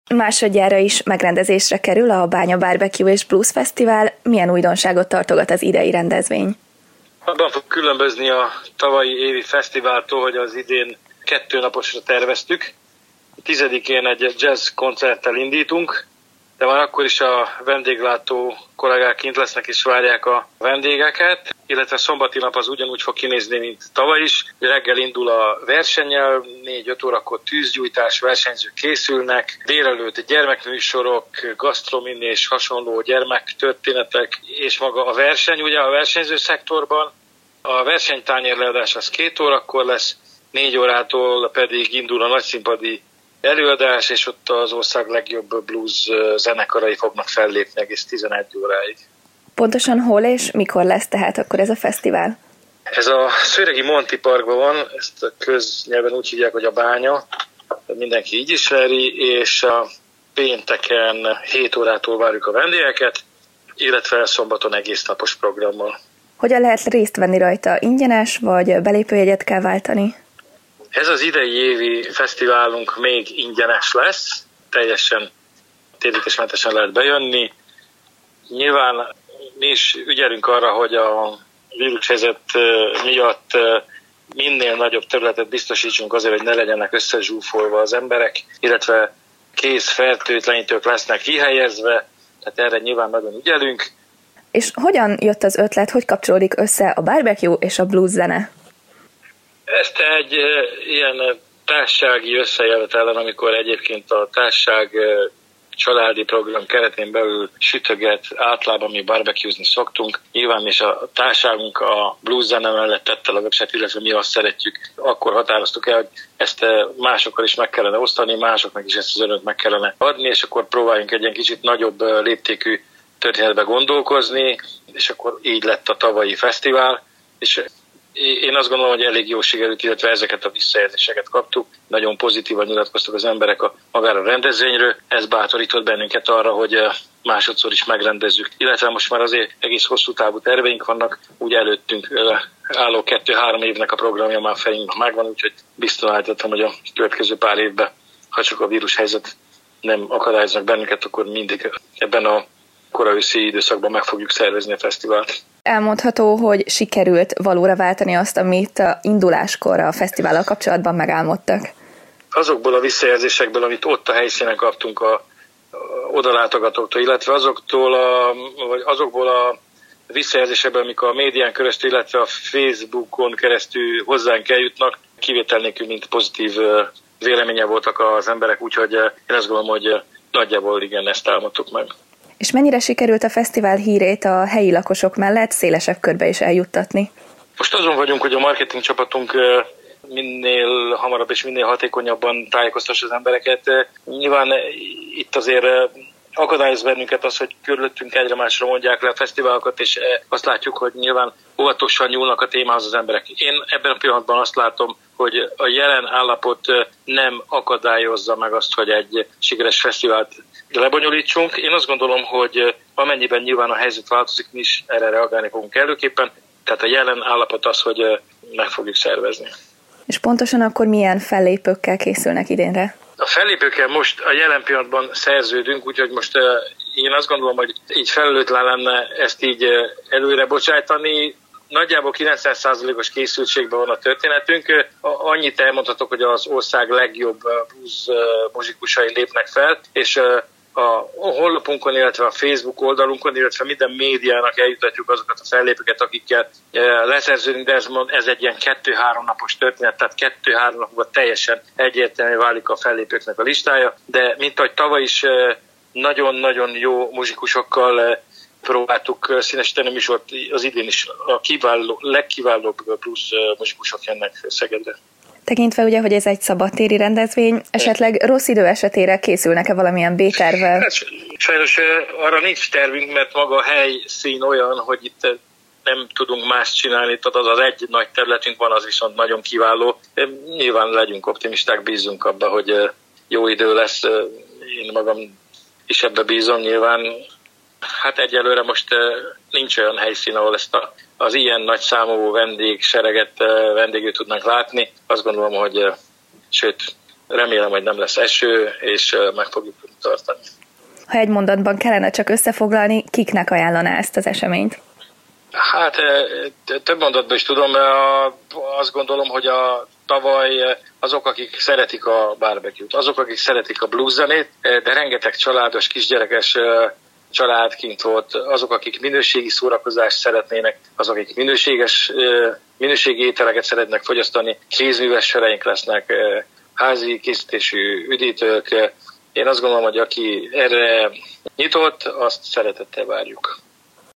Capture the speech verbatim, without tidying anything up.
Másodjára is megrendezésre kerül a Bánya Barbecue és Blues Fesztivál. Milyen újdonságot tartogat az idei rendezvény? Abban fog különbözni a tavalyi évi fesztiváltól, hogy az idén kettő naposra terveztük. Tizedikén egy jazz koncerttel indítunk, de már akkor is a vendéglátó kollégák kint lesznek és várják a vendégeket, illetve szombati nap az ugyanúgy fog kinézni, mint tavaly is. Reggel indul a versennyel, négy-öt órakor tűzgyújtás, versenyzők készülnek, délelőtt gyermekműsorok, gasztromin és hasonló gyermektörténetek, és maga a verseny, ugye a versenyző szektorban. A versenytányér leadás az két órakor lesz, négy órától pedig indul a nagyszínpadi előadás, és ott az ország legjobb blues zenekarai fognak fellépni egész tizenegy óráig. Pontosan hol és mikor lesz tehát akkor ez a fesztivál? Ez a Szőregi Monti Parkban van, ezt a köznyelven úgy hívják, hogy a Bánya, mindenki így ismeri, és a pénteken hét órától várjuk a vendégeket, illetve szombaton egész napos programmal. Hogyan lehet részt venni rajta? Ingyenes vagy belépőjegyet kell váltani? Ez az idei évi fesztiválunk még ingyenes lesz, teljesen térítésmentesen lehet bejönni. Nyilván mi is ügyelünk arra, hogy a vírushelyzet miatt minél nagyobb területet biztosítsunk azért, hogy ne legyenek összezsúfolva az emberek, illetve kézfertőtlenítők lesznek kihelyezve, tehát erre nyilván nagyon ügyelünk. És hogyan jött az ötlet, hogy kapcsolódik össze a barbecue és a blues zene? Ezt egy e, ilyen társasági összejövetelen, amikor egyébként a társaság e, családi program keretén belül sütöget, általában mi barbecuezni szoktunk. Nyilván is a társaságunk a blues zene mellett tette a vökset, illetve mi azt szeretjük. Akkor határoztuk el, hogy ezt másokkal is meg kellene osztani, másoknak is ezt az örömet meg kellene adni, és akkor próbáljunk egy ilyen kicsit nagyobb léptékű történetbe gondolkozni, és akkor így lett a tavalyi fesztivál, és én azt gondolom, hogy elég jó sikerült, illetve ezeket a visszajelzéseket kaptuk. Nagyon pozitívan nyilatkoztak az emberek a magára a rendezvényről. Ez bátorított bennünket arra, hogy másodszor is megrendezzük. Illetve most már azért egész hosszú távú terveink vannak, úgy előttünk álló kettő-három évnek a programja már fejünkben megvan, úgyhogy biztosan állítottam, hogy a következő pár évben, ha csak a vírushelyzet nem akadályoznak bennünket, akkor mindig ebben a korai őszi időszakban meg fogjuk szervezni a fesztivált. Elmondható, hogy sikerült valóra váltani azt, amit a induláskor a fesztivállal kapcsolatban megálmodtak? Azokból a visszajelzésekből, amit ott a helyszínen kaptunk a, a odalátogatóktól, illetve azoktól a, vagy azokból a visszajelzésekből, amik a médián keresztül, illetve a Facebookon keresztül hozzánk eljutnak, kivétel nélkül mint pozitív véleménye voltak az emberek, úgyhogy én azt gondolom, hogy nagyjából igen, ezt álmodtuk meg. És mennyire sikerült a fesztivál hírét a helyi lakosok mellett szélesebb körbe is eljuttatni? Most azon vagyunk, hogy a marketing csapatunk minél hamarabb és minél hatékonyabban tájékoztassa az embereket. Nyilván itt azért akadályoz bennünket az, hogy körülöttünk egyre másra mondják le a fesztiválokat, és azt látjuk, hogy nyilván óvatosan nyúlnak a témához az emberek. Én ebben a pillanatban azt látom, hogy a jelen állapot nem akadályozza meg azt, hogy egy sikeres fesztivált lebonyolítsunk. Én azt gondolom, hogy amennyiben nyilván a helyzet változik, mi is erre reagálni fogunk előképpen. Tehát a jelen állapot az, hogy meg fogjuk szervezni. És pontosan akkor milyen fellépőkkel készülnek idénre? A fellépőkkel most a jelen pillanatban szerződünk, úgyhogy most én azt gondolom, hogy így felelőtlen lenne ezt így előre bocsájtani. Nagyjából kilencven százalékos készültségben van a történetünk. Annyit elmondhatok, hogy az ország legjobb blues muzsikusai lépnek fel, és a honlapunkon, illetve a Facebook oldalunkon, illetve minden médiának eljutatjuk azokat a fellépőket, akikkel leszerződünk, de ez, ez egy ilyen kettő-három napos történet, tehát kettő-három napban teljesen egyértelmű válik a fellépőknek a listája, de mint ahogy tavaly is nagyon-nagyon jó muzsikusokkal próbáltuk színesíteni a műsort, az idén is a kiváló, legkiválóbb blues muzsikusok jönnek Szegedre. Tekintve ugye, hogy ez egy szabadtéri rendezvény, esetleg rossz idő esetére készülnek-e valamilyen B-tervvel? Hát, sajnos arra nincs tervünk, mert maga a helyszín olyan, hogy itt nem tudunk más csinálni, tehát az az egy nagy területünk van, az viszont nagyon kiváló. Nyilván legyünk optimisták, bízunk abba, hogy jó idő lesz. Én magam is ebbe bízom nyilván. Hát egyelőre most nincs olyan helyszín, ahol ezt a, az ilyen nagy számú vendégsereget, vendégül tudnánk látni. Azt gondolom, hogy sőt, remélem, hogy nem lesz eső, és meg fogjuk tartani. Ha egy mondatban kellene csak összefoglalni, kiknek ajánlaná ezt az eseményt? Hát több mondatban is tudom, azt gondolom, hogy a tavaly azok, akik szeretik a barbecue-t, azok, akik szeretik a blues zenét, de rengeteg családos, kisgyerekes család kint volt, azok, akik minőségi szórakozást szeretnének, azok, akik minőséges, minőségi ételeket szeretnek fogyasztani, kézműves soraink lesznek, házi készítésű üdítők. Én azt gondolom, hogy aki erre nyitott, azt szeretettel várjuk.